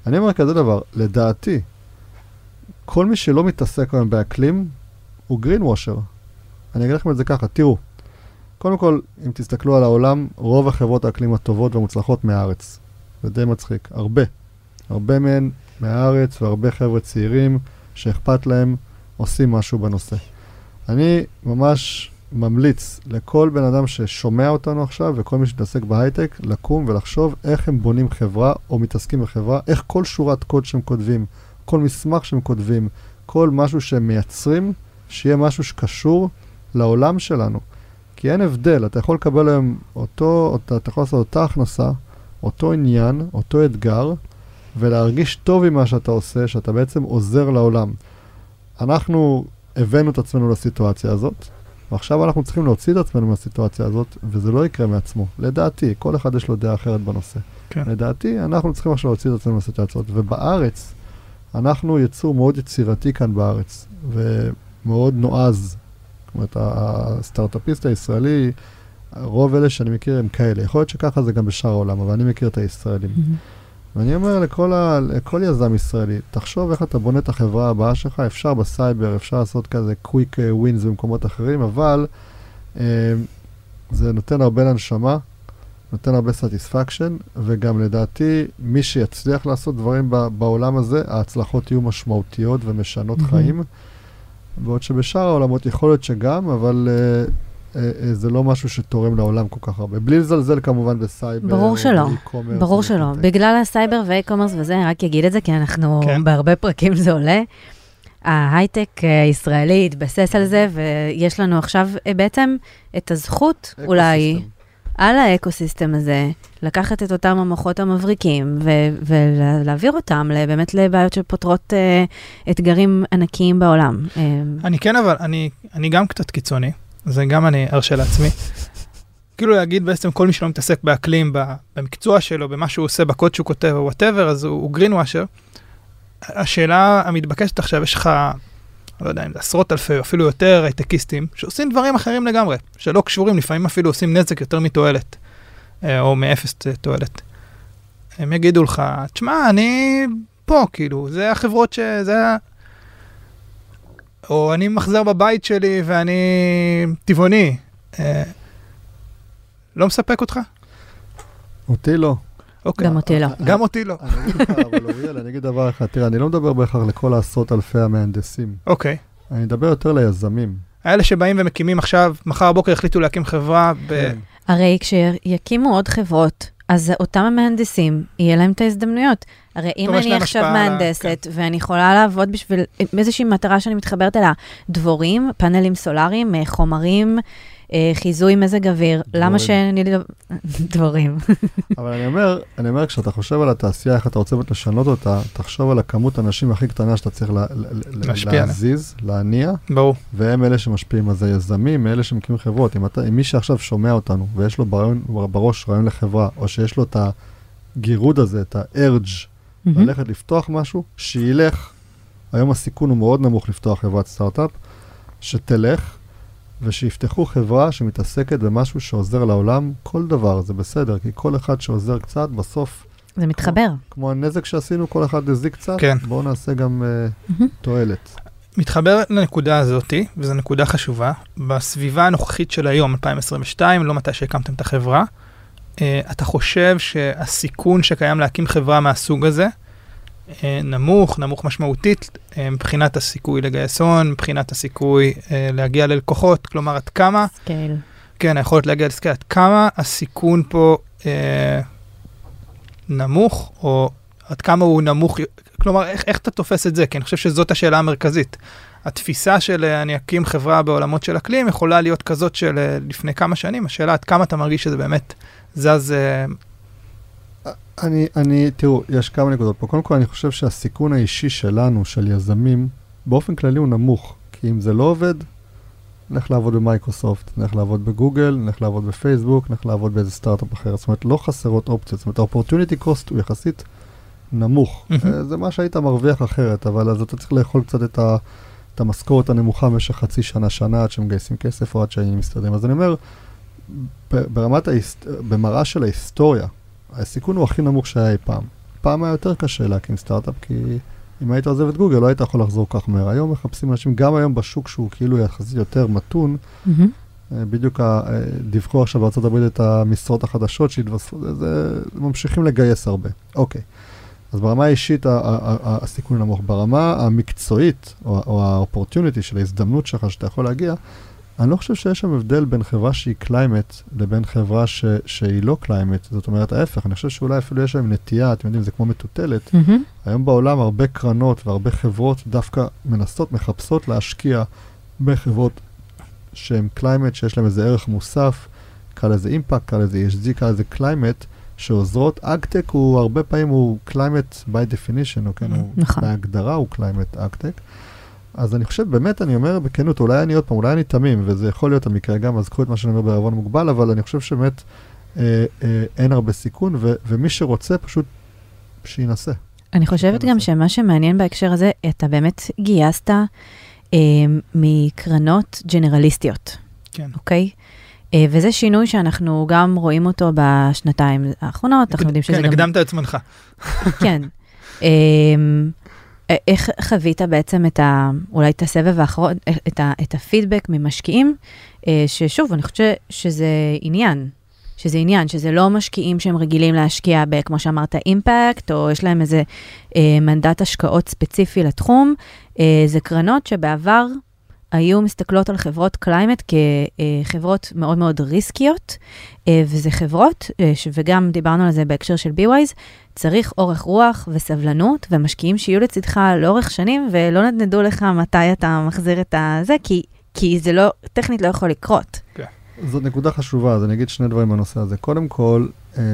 אני אומר כזה דבר, לדעתי, כל מי שלא מתעסק היום באקלים, הוא גרין וושר. אני אגיד לכם את זה ככה, תראו, קודם כל, אם תסתכלו על העולם, רוב החברות האקלים הטובות והמוצלחות מהארץ. זה די מצחיק. הרבה מהן מהארץ, והרבה חבר'ה צעירים שאכפת להם עושים משהו בנושא. אני ממש ממליץ לכל בן אדם ששומע אותנו עכשיו, וכל מי שמתעסק בהייטק, לקום ולחשוב איך הם בונים חברה, או מתעסקים בחברה, איך כל שורת קוד שהם כותבים, כל מסמך שהם כותבים, כל משהו שהם מייצרים, שיהיה משהו שקשור לעולם שלנו. כי אין הבדל, אתה יכול לקבל היום אתה יכול לעשות אותה הכנסה, אותו עניין, אותו אתגר, ולהרגיש טוב עם מה שאתה עושה, שאתה בעצם עוזר לעולם. אנחנו הבאנו את עצמנו לסיטואציה הזאת, ועכשיו אנחנו צריכים להוציא את עצמנו מהסיטואציה הזאת, וזה לא יקרה מעצמו. לדעתי, כל אחד יש לו דעה אחרת בנושא. כן. לדעתי, אנחנו צריכים עכשיו להוציא את עצמנו מהסיטואציה הזאת, ובארץ, אנחנו יצור מאוד יצירתי כאן בארץ, ומאוד נועז. זאת אומרת, הסטארט-אפיסט הישראלי, רוב אלה שאני מכיר הם כאלה. יכול להיות שככה זה גם בשאר העולם, אבל אני מכיר את הישראלים. ואני אומר לכל יזם ישראלי, תחשוב איך אתה בונה את החברה הבאה שלך, אפשר בסייבר, אפשר לעשות כזה קוויק ווינס במקומות אחרים, אבל זה נותן הרבה לנשמה, נותן הרבה סטיספקשן, וגם לדעתי, מי שיצליח לעשות דברים בעולם הזה, ההצלחות יהיו משמעותיות ומשנות חיים, בעוד שבשאר העולמות יכול להיות שגם, אבל זה לא משהו שתורם לעולם כל כך הרבה. בלי לזלזל כמובן בסייבר. ברור שלא, ברור שלא. בגלל הסייבר והאי-קומרס וזה, אני רק אגיד את זה, כי אנחנו בהרבה פרקים זה עולה. ההייטק הישראלי התבסס על זה, ויש לנו עכשיו בעצם את הזכות אולי על האקוסיסטם הזה, לקחת את אותם המוחות המבריקים, ולהעביר אותם באמת לבעיות שפותרות אתגרים ענקיים בעולם. אני כן, אבל אני גם קצת קיצוני. זה גם אני ארשה לעצמי. כאילו להגיד בעצם כל מי שלא מתעסק באקלים, במקצוע שלו, במה שהוא עושה, בקוד שהוא כותב או whatever, אז הוא גרין וואשר. השאלה המתבקשת עכשיו, יש לך, לא יודע, עשרות אלפי, אפילו יותר הייטקיסטים, שעושים דברים אחרים לגמרי, שלא קשורים, לפעמים אפילו עושים נזק יותר מתועלת, או מאפס תועלת. הם יגידו לך, תשמע, אני פה, כאילו, זה החברות שזה... או אני מחזר בבית שלי ואני טבעוני. לא מספק אותך? אותי לא. גם אותי לא. גם אותי לא. אני אגיד לך, אבל אוריאל, אני אגיד דבר אחד. תראה, אני לא מדבר בהכרח לכל העשרות אלפי המהנדסים. אוקיי. אני מדבר יותר ליזמים. האלה שבאים ומקימים עכשיו, מחר הבוקר החליטו להקים חברה הרי כשיקימו עוד חברות, אז אותם המהנדסים, יהיה להם את ההזדמנויות. הרי אם אני עכשיו מהנדסת, ואני יכולה לעבוד בשביל איזושהי מטרה שאני מתחברת אליה, דבורים, פאנלים סולאריים, חומרים, חיזוי מזג אוויר, למה שאני... דבורים. אבל אני אומר, כשאתה חושב על התעשייה, איך אתה רוצה לשנות אותה, תחשוב על הכמות האנשים הכי קטנה שאתה צריך להזיז, להניע, והם אלה שמשפיעים על זה יזמים, אלה שמקימים חברות. אם מי שעכשיו שומע אותנו, ויש לו בראש רעיון לחברה, או שיש לו את הגירוד הזה, את ה-urge, ללכת לפתוח משהו, שילך, היום הסיכון הוא מאוד נמוך לפתוח חברת סטארט-אפ, שתלך, ושיפתחו חברה שמתעסקת במשהו שעוזר לעולם, כל דבר, זה בסדר, כי כל אחד שעוזר קצת, בסוף... זה מתחבר. כמו הנזק שעשינו, כל אחד הזיק קצת, כן. בואו נעשה גם תועלת. מתחבר לנקודה הזאת, וזו נקודה חשובה, בסביבה הנוכחית של היום, 2022, לא מתי שהקמתם את החברה, אתה חושב שהסיכון שקיים להקים חברה מהסוג הזה, נמוך משמעותית, מבחינת הסיכוי לגייס הון, מבחינת הסיכוי להגיע ללקוחות, כלומר, עד כמה... סקייל. כן, היכולת להגיע לסקייל, עד כמה הסיכון פה נמוך, או עד כמה הוא נמוך, כלומר, איך אתה תופס את זה? כי אני חושב שזאת השאלה המרכזית. התפיסה של אני אקים חברה בעולמות של אקלים, יכולה להיות כזאת של לפני כמה שנים, השאלה עד כמה אתה מרגיש שזה באמת זז... תראו, יש כמה נקודות פה. קודם כל, אני חושב שהסיכון האישי שלנו, של יזמים, באופן כללי הוא נמוך. כי אם זה לא עובד, נלך לעבוד במייקרוסופט, נלך לעבוד בגוגל, נלך לעבוד בפייסבוק, נלך לעבוד באיזה סטארט-אפ אחר. זאת אומרת, לא חסרות אופציות. זאת אומרת, ה-opportunity cost הוא יחסית נמוך. זה מה שהיית מרוויח אחרת, אבל אז אתה צריך לאכול קצת את המשכורת הנמוכה במשך חצי שנה, עד שמגייסים כסף או עד שהיינו מסתדרים. אז אני אומר, במראה של ההיסטוריה, הסיכון הוא הכי נמוך שהיה אי פעם. פעם היה יותר קשה להקים סטארט-אפ, כי אם היית עוזב את גוגל, לא היית יכול לחזור כך מהר. היום מחפשים אנשים, גם היום בשוק שהוא כאילו יחסית יותר מתון, בדיוק דיווחו עכשיו בארצות הברית את המשרות החדשות שהתווספו, זה ממשיכים לגייס הרבה. אוקיי. אז ברמה האישית הסיכון נמוך. ברמה המקצועית, או ה-opportunity של ההזדמנות שלך שאתה יכול להגיע, אני לא חושב שיש שם הבדל בין חברה שהיא קליימט לבין חברה שהיא לא קליימט. זאת אומרת, ההפך, אני חושב שאולי אפילו יש שם נטייה, אתם יודעים, זה כמו מטוטלת. היום בעולם הרבה קרנות והרבה חברות דווקא מחפשות להשקיע בחברות שהן קליימט, שיש להם איזה ערך מוסף, קרא לזה אימפקט, קרא לזה ESG, קרא לזה קליימט, שעוזרות. אגטק הוא הרבה פעמים הוא קליימט by definition, או כן, בהגדרה הוא קליימט אגטק. אז אני חושב, באמת, אני אומר בכנות, אולי אני עוד פעם, אולי אני תמים, וזה יכול להיות המקרה גם, אז קחו את מה שאני אומר בערבון מוגבל, אבל אני חושב שבאמת אין הרבה סיכון, ומי שרוצה פשוט שינסה. אני חושבת גם שמה שמעניין בהקשר הזה, אתה באמת גייסת מקרנות ג'נרליסטיות. כן. אוקיי? וזה שינוי שאנחנו גם רואים אותו בשנתיים האחרונות, אנחנו יודעים שזה גם... כן, הקדמת את זמנך. כן. איך חווית בעצם אולי את הסבב האחרון, את הפידבק ממשקיעים, ששוב, אני חושבת שזה עניין, שזה לא משקיעים שהם רגילים להשקיע כמו שאמרת, אימפקט, או יש להם איזה מנדט השקעות ספציפי לתחום, זה קרנות שבעבר היו מסתכלות על חברות קליימט כחברות מאוד מאוד ריסקיות, וזה חברות, וגם דיברנו על זה בהקשר של BWise, צריך אורך רוח וסבלנות, ומשקיעים שיהיו לצדך לאורך שנים, ולא נדנדו לך מתי אתה מחזיר את זה, כי זה לא, טכנית לא יכול לקרות. כן. זאת נקודה חשובה, אז אני אגיד שני דברים בנושא הזה. קודם כל,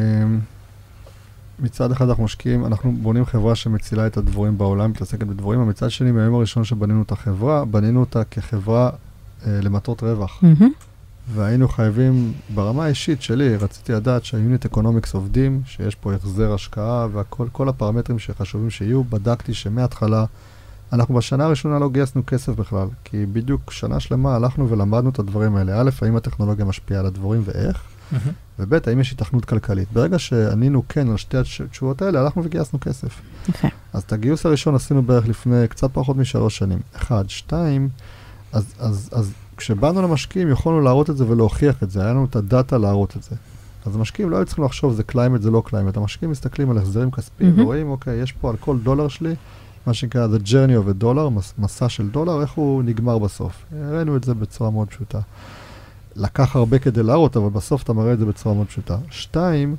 מצד אחד אנחנו משקיעים, אנחנו בונים חברה שמצילה את הדבורים בעולם, מתעסקת בדבורים, ומצד שני, מהיום הראשון שבנינו את החברה, בנינו אותה כחברה למטרות רווח. והיינו חייבים, ברמה האישית שלי, רציתי לדעת שהיוניט אקונומיקס עובדים, שיש פה החזר השקעה, וכל הפרמטרים שחשובים שיהיו, בדקתי שמההתחלה, אנחנו בשנה הראשונה לא גייסנו כסף בכלל, כי בדיוק שנה שלמה הלכנו ולמדנו את הדברים האלה. א', האם הטכנולוגיה משפיעה על הדבורים ואיך, וב', האם יש התכנות כלכלית. ברגע שענינו כן על שתי התשובות האלה, הלכנו וגייסנו כסף. אז את הגיוס הראשון עשינו בערך לפני קצת פחות מ3 שנים. 1, 2, אז כשבאנו למשקיעים יכולנו להראות את זה ולהוכיח את זה, היה לנו את הדאטה להראות את זה. אז המשקיעים לא היו צריכים לחשוב, זה קליימט, זה לא קליימט. המשקיעים מסתכלים על החזרים כספיים ורואים, אוקיי, יש פה על כל דולר שלי, מה שנקרא, the journey of a dollar, מסע של דולר, איך הוא נגמר בסוף. הראינו את זה בצורה מאוד פשוטה. לקח הרבה כדי להראות, אבל בסוף אתה מראה את זה בצורה מאוד פשוטה. 2,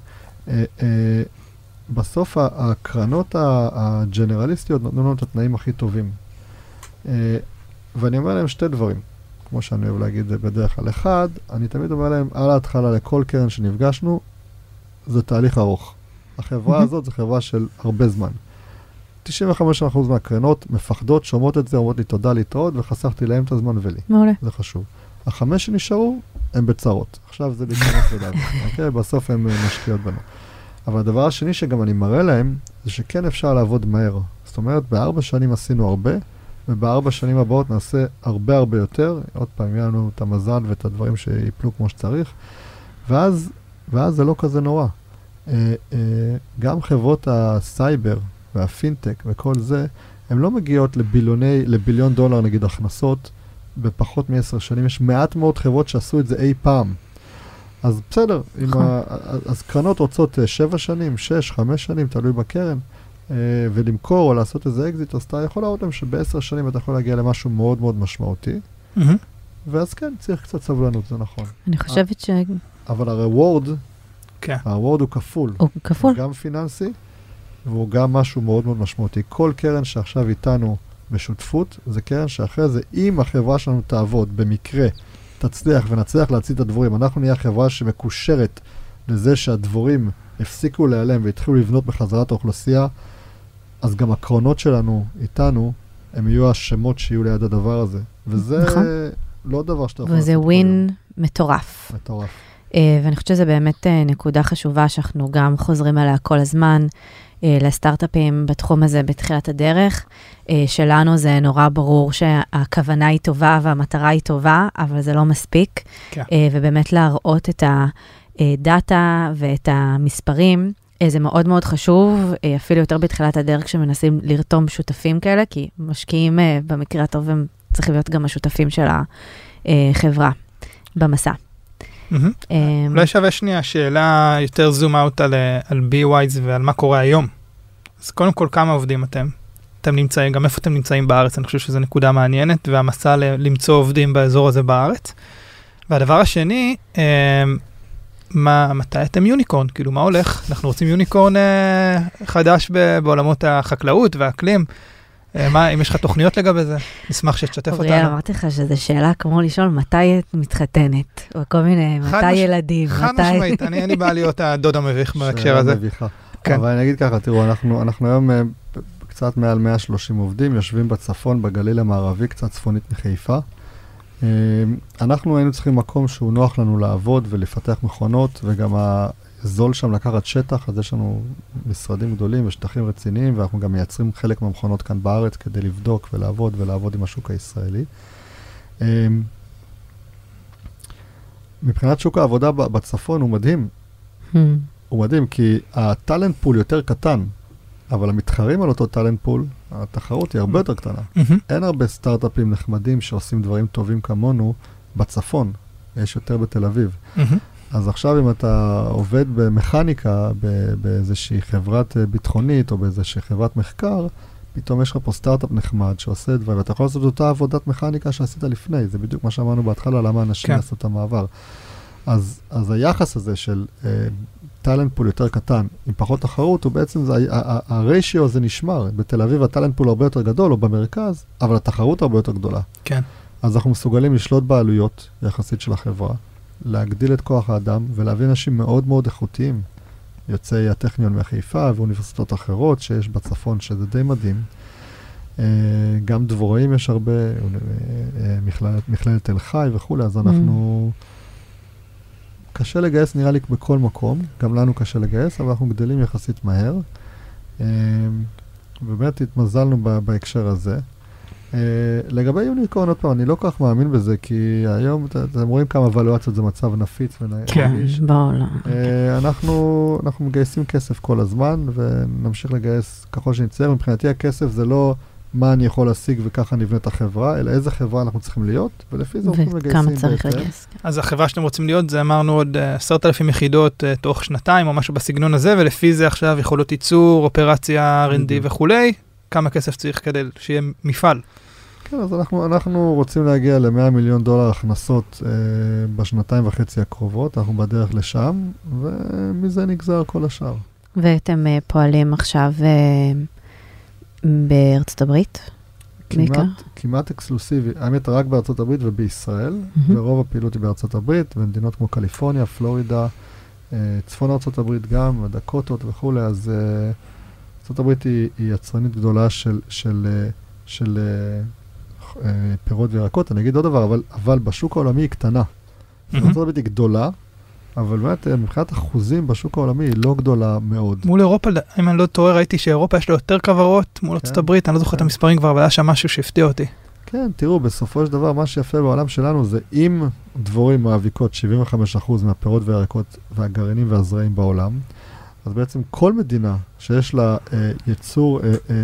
בסוף הקרנות הג'נרליסטיות נתנו לנו את התנאים הכי טובים. ואני אומר להם שתי דברים, כמו שאני אוהב להגיד בדרך כלל. 1, אני תמיד אומר להם, על ההתחלה לכל קרן שנפגשנו, זה תהליך ארוך. החברה הזאת זה חברה של הרבה זמן. 95% מהקרנות מפחדות, שומעות את זה, אומרות לי תודה להתראות, וחסכתי להם את הזמן ולי. מעולה. זה חשוב. 5 שנשארו, הם בצרות. עכשיו זה להיכנס לדעת. אוקיי? בסוף הם משקיעות בנו. אבל הדבר השני שגם אני מראה להם, זה שכן אפשר לעבוד מהר. זאת אומרת, ב4 שנים עשינו הרבה, וב4 שנים הבאות נעשה הרבה הרבה יותר. עוד פעם, יהיה לנו את המזל ואת הדברים שיפלו כמו שצריך. ואז זה לא כזה נורא. גם חברות הסייבר והפינטק וכל זה, הן לא מגיעות לביליון דולר נגיד הכנסות, בפחות מ10 שנים. יש מעט מאוד חברות שעשו את זה אי פעם. אז בסדר, אז קרנות רוצות 7 שנים, 6, 5 שנים, תלוי בקרן, ולמכור או לעשות איזה אקזיט, אז אתה יכול להראות להם שב10 שנים אתה יכול להגיע למשהו מאוד מאוד משמעותי, ואז כן, צריך קצת סבלנות, זה נכון. אני חושבת ש... אבל הרווארד הוא כפול. הוא כפול. הוא גם פיננסי, והוא גם משהו מאוד מאוד משמעותי. כל קרן שעכשיו איתנו בשותפות, זה קרן שאחרי זה, אם החברה שלנו תעבוד במקרה, תצליח ונצליח להציל את הדבורים, אנחנו נהיה חברה שמקושרת לזה שהדבורים הפסיקו להיעלם והתחילו לבנות בחזרת האוכלוסייה, אז גם הקרונות שלנו איתנו, הם יהיו השמות שיהיו ליד הדבר הזה. וזה לא דבר שאתה יכול לעשות. וזה ווין מטורף. מטורף. ואני חושבת שזה באמת נקודה חשובה שאנחנו גם חוזרים עליה כל הזמן, לסטארט-אפים בתחום הזה בתחילת הדרך. שלנו זה נורא ברור שהכוונה היא טובה והמטרה היא טובה, אבל זה לא מספיק. ובאמת להראות את הדאטה ואת המספרים, זה מאוד מאוד חשוב, אפילו יותר בתחילת הדרך שמנסים לרתום שותפים כאלה, כי משקיעים במקרה הטוב הם צריכים להיות גם השותפים של החברה במסע. אולי שווה שנייה שאלה יותר זום אאוט על BWise ועל מה קורה היום. אז קודם כל, כמה עובדים אתם נמצאים, גם איפה אתם נמצאים בארץ, אני חושב שזו נקודה מעניינת, והמסע למצוא עובדים באזור הזה בארץ. והדבר השני, מתי אתם יוניקורן? כאילו, מה הולך? אנחנו רוצים יוניקורן חדש בעולמות החקלאות והאקלים. אם יש לך תוכניות לגבי זה, נשמח שתשתף אותנו. אוריאל, אמרתי לך שזו שאלה כמו לשאול מתי את מתחתנת, או כל מיני, מתי ילדים, חד משמעית, אני בא להיות הדוד המביך בהקשר הזה. מביכה. אבל אני אגיד ככה, תראו, אנחנו היום קצת מעל 130 עובדים, יושבים בצפון, בגליל המערבי, קצת צפונית מחיפה. אנחנו היינו צריכים מקום שהוא נוח לנו לעבוד ולפתח מכונות, וגם הזול שם לקחת שטח, אז יש לנו משרדים גדולים ושטחים רציניים, ואנחנו גם מייצרים חלק מהמכונות כאן בארץ כדי לבדוק ולעבוד עם השוק הישראלי. מבחינת שוק העבודה בצפון הוא מדהים. הוא מדהים כי הטלנט פול יותר קטן, אבל המתחרים על אותו טלנט פול, התחרות היא הרבה יותר קטנה. אין הרבה סטארט-אפים נחמדים שעושים דברים טובים כמונו בצפון, יש יותר בתל אביב. אז עכשיו אם אתה עובד במכניקה, באיזושהי חברת ביטחונית או באיזושהי חברת מחקר, פתאום יש לך פה סטארט-אפ נחמד שעושה דברים, ואתה יכול לעשות אותה עבודת מכניקה שעשית לפני, זה בדיוק מה שאמרנו בהתחלה, למה אנשים יעשו את המעבר. אז היחס הזה של טלנט פול יותר קטן, עם פחות תחרות, הוא בעצם, הריישיו הזה נשמר. בתל אביב הטלנט פול הרבה יותר גדול, או במרכז, אבל התחרות הרבה יותר גדולה. כן. אז אנחנו מסוגלים לשלוט בעלויות יחסית של החברה, להגדיל את כוח האדם, ולהביא אנשים מאוד מאוד איכותיים, יוצאי הטכניון מחיפה, ואוניברסיטות אחרות שיש בצפון, שזה די מדהים. גם דבוראים יש הרבה, מכללת תל חי וכו', אז אנחנו... קשה לגייס נראה לי בכל מקום, גם לנו קשה לגייס, אבל אנחנו גדלים יחסית מהר. באמת התמזלנו בהקשר הזה. לגבי יוניקורן, עוד פעם, אני לא כל כך מאמין בזה, כי היום אתם רואים כמה ולואציות זה מצב נפיץ ונגיש. כן, בעולם. אנחנו מגייסים כסף כל הזמן, ונמשיך לגייס ככל שנצטרך. מבחינתי הכסף זה לא מה אני יכול להשיג וככה נבנה את החברה, אלא איזה חברה אנחנו צריכים להיות, ולפי זה אנחנו מגייסים. וכמה צריך לגייס. אז החברה שאתם רוצים להיות, זה אמרנו עוד 10,000 יחידות תוך שנתיים, או משהו בסגנון הזה, ולפי זה עכשיו יכולות ייצור, אופרציה, R&D וכולי. כמה כסף צריך כדי שיהיה מפעל? כן, אז אנחנו רוצים להגיע ל$100 מיליון הכנסות בשנתיים וחצי הקרובות, אנחנו בדרך לשם, ומזה נגזר כל השאר. ואתם פועלים עכשיו בארצות הברית? כמעט אקסקלוסיבי, האמת רק בארצות הברית ובישראל, ורוב הפעילות היא בארצות הברית, במדינות כמו קליפורניה, פלורידה, צפון ארצות הברית גם, דקוטות וכו', אז ארצות הברית היא יצרנית גדולה של פירות וירקות. אני אגיד עוד דבר, אבל בשוק העולמי היא קטנה. ארצות הברית היא גדולה, אבל באמת, מבחינת אחוזים בשוק העולמי היא לא גדולה מאוד. מול אירופה, אם אני לא טועה, ראיתי שאירופה יש לו יותר כברות מול ארצות הברית, אני לא זוכר את המספרים כבר, אבל היה שם משהו שהפתיע אותי. כן, תראו, בסופו של דבר, מה שיפה בעולם שלנו זה אם דבורים מאביקות 75% מהפירות והירקות והגרעינים והזרעים בעולם, אז בעצם כל מדינה שיש לה יצור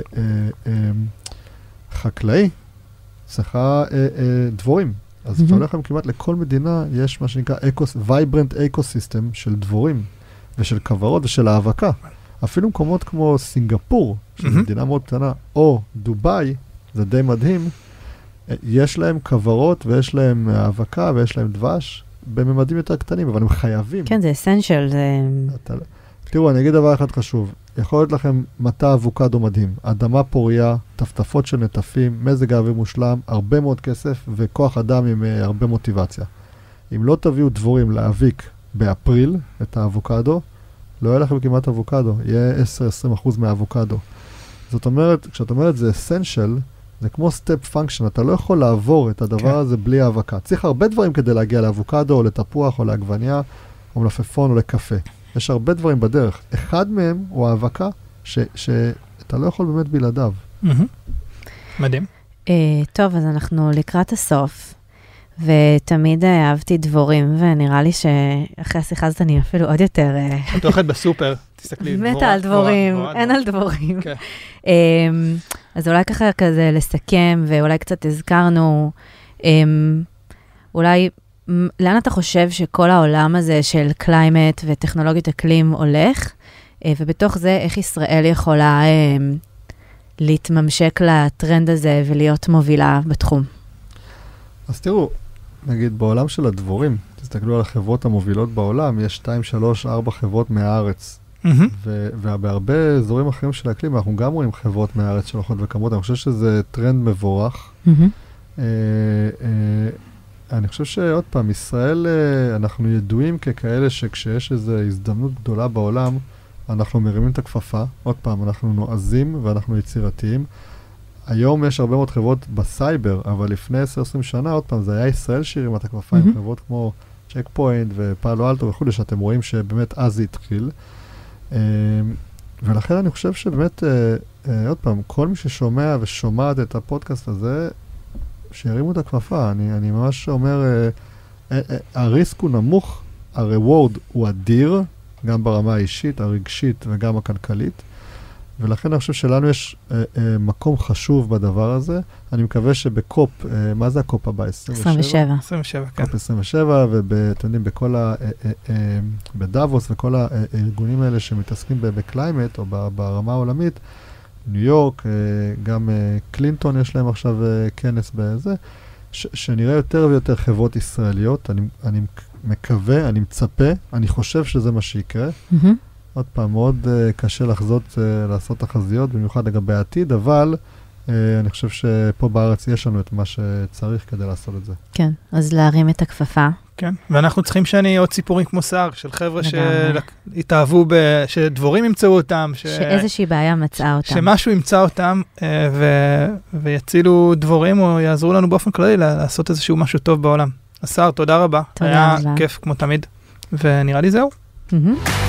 חקלאי, צריכה דבורים. אז אתה הולך כמעט לכל מדינה, יש מה שנקרא vibrant ecosystem של דבורים, ושל כברות ושל האבקה. אפילו מקומות כמו סינגפור, שזו מדינה מאוד קטנה, או דובאי, זה די מדהים, יש להם כברות ויש להם האבקה ויש להם דבש, בממדים יותר קטנים, אבל הם חייבים. כן, זה essential. תראו, אני אגיד דבר אחד חשוב. יכול להיות לכם מטע אבוקדו מדהים, אדמה פוריה, טפטפות של נטפים, מזג האוויר מושלם, הרבה מאוד כסף וכוח אדם עם הרבה מוטיבציה. אם לא תביאו דבורים להאביק באפריל את האבוקדו, לא יהיה לכם כמעט אבוקדו, יהיה 10-20% מהאבוקדו. זאת אומרת, כשאת אומרת זה essential, זה כמו step function, אתה לא יכול לעבור את הדבר הזה בלי האבקה. צריך הרבה דברים כדי להגיע לאבוקדו, או לתפוח, או לעגבניה, או מלפפון, או לקפה. יש הרבה דברים בדרך. אחד מהם הוא האבקה, שאתה לא יכול באמת בלעדיו. מדהים. טוב, אז אנחנו לקראת הסוף, ותמיד אהבתי דבורים, ונראה לי שאחרי השיחה הזאת אני אפילו עוד יותר... את הולכת בסופר, תסתכלי. מתה על דבורים, אין על דבורים. אז אולי ככה כזה לסכם, ואולי קצת הזכרנו, אולי, לאן אתה חושב שכל העולם הזה של קליימט וטכנולוגיות אקלים הולך, ובתוך זה איך ישראל יכולה להתממשק לטרנד הזה ולהיות מובילה בתחום? אז תראו, נגיד בעולם של הדבורים, תסתכלו על החברות המובילות בעולם, יש 2, 3, 4 חברות מהארץ. ובהרבה אזורים אחרים של האקלים, אנחנו גם רואים חברות מהארץ שהולכות וכמות. אני חושב שזה טרנד מבורך. אני חושב שעוד פעם, ישראל, אנחנו ידועים ככאלה שכשיש איזו הזדמנות גדולה בעולם, אנחנו מרימים את הכפפה. עוד פעם, אנחנו נועזים ואנחנו יצירתיים. היום יש הרבה מאוד חברות בסייבר, אבל לפני 10-20 שנה, עוד פעם, זה היה ישראל שהרימה את הכפפה עם חברות כמו צ'ק פוינט ופאלו אלטו וכו', שאתם רואים שבאמת אז זה התחיל. ולכן אני חושב שבאמת, עוד פעם, כל מי ששומע ושומעת את הפודקאסט הזה, שירימו את הכפפה. אני ממש אומר, הריסק הוא נמוך, הריוורד הוא אדיר, גם ברמה האישית, הרגשית וגם הכלכלית, ולכן אני חושב שלנו יש מקום חשוב בדבר הזה. אני מקווה שבקופ, מה זה הקופ הבא? 27. 27, כן. קופ 27, ואתם יודעים, בדאבוס וכל הארגונים האלה שמתעסקים בקליימט, או ברמה העולמית, ניו יורק, גם קלינטון יש להם עכשיו כנס בזה, שנראה יותר ויותר חברות ישראליות. אני מקווה, אני מצפה, אני חושב שזה מה שיקרה. עוד פעם, מאוד קשה לעשות תחזיות, במיוחד לגבי העתיד, אבל אני חושב שפה בארץ יש לנו את מה שצריך כדי לעשות את זה. כן, אז להרים את הכפפה. כן, ואנחנו צריכים עוד סיפורים כמו שר, של חבר'ה שהתאהבו, שדבורים ימצאו אותם. שאיזושהי בעיה מצאה אותם. שמשהו ימצא אותם, ויצילו דבורים, או יעזרו לנו באופן כללי לעשות איזשהו משהו טוב בעולם. אז שר, תודה רבה. תודה רבה. היה כיף כמו תמיד, ונראה לי זהו.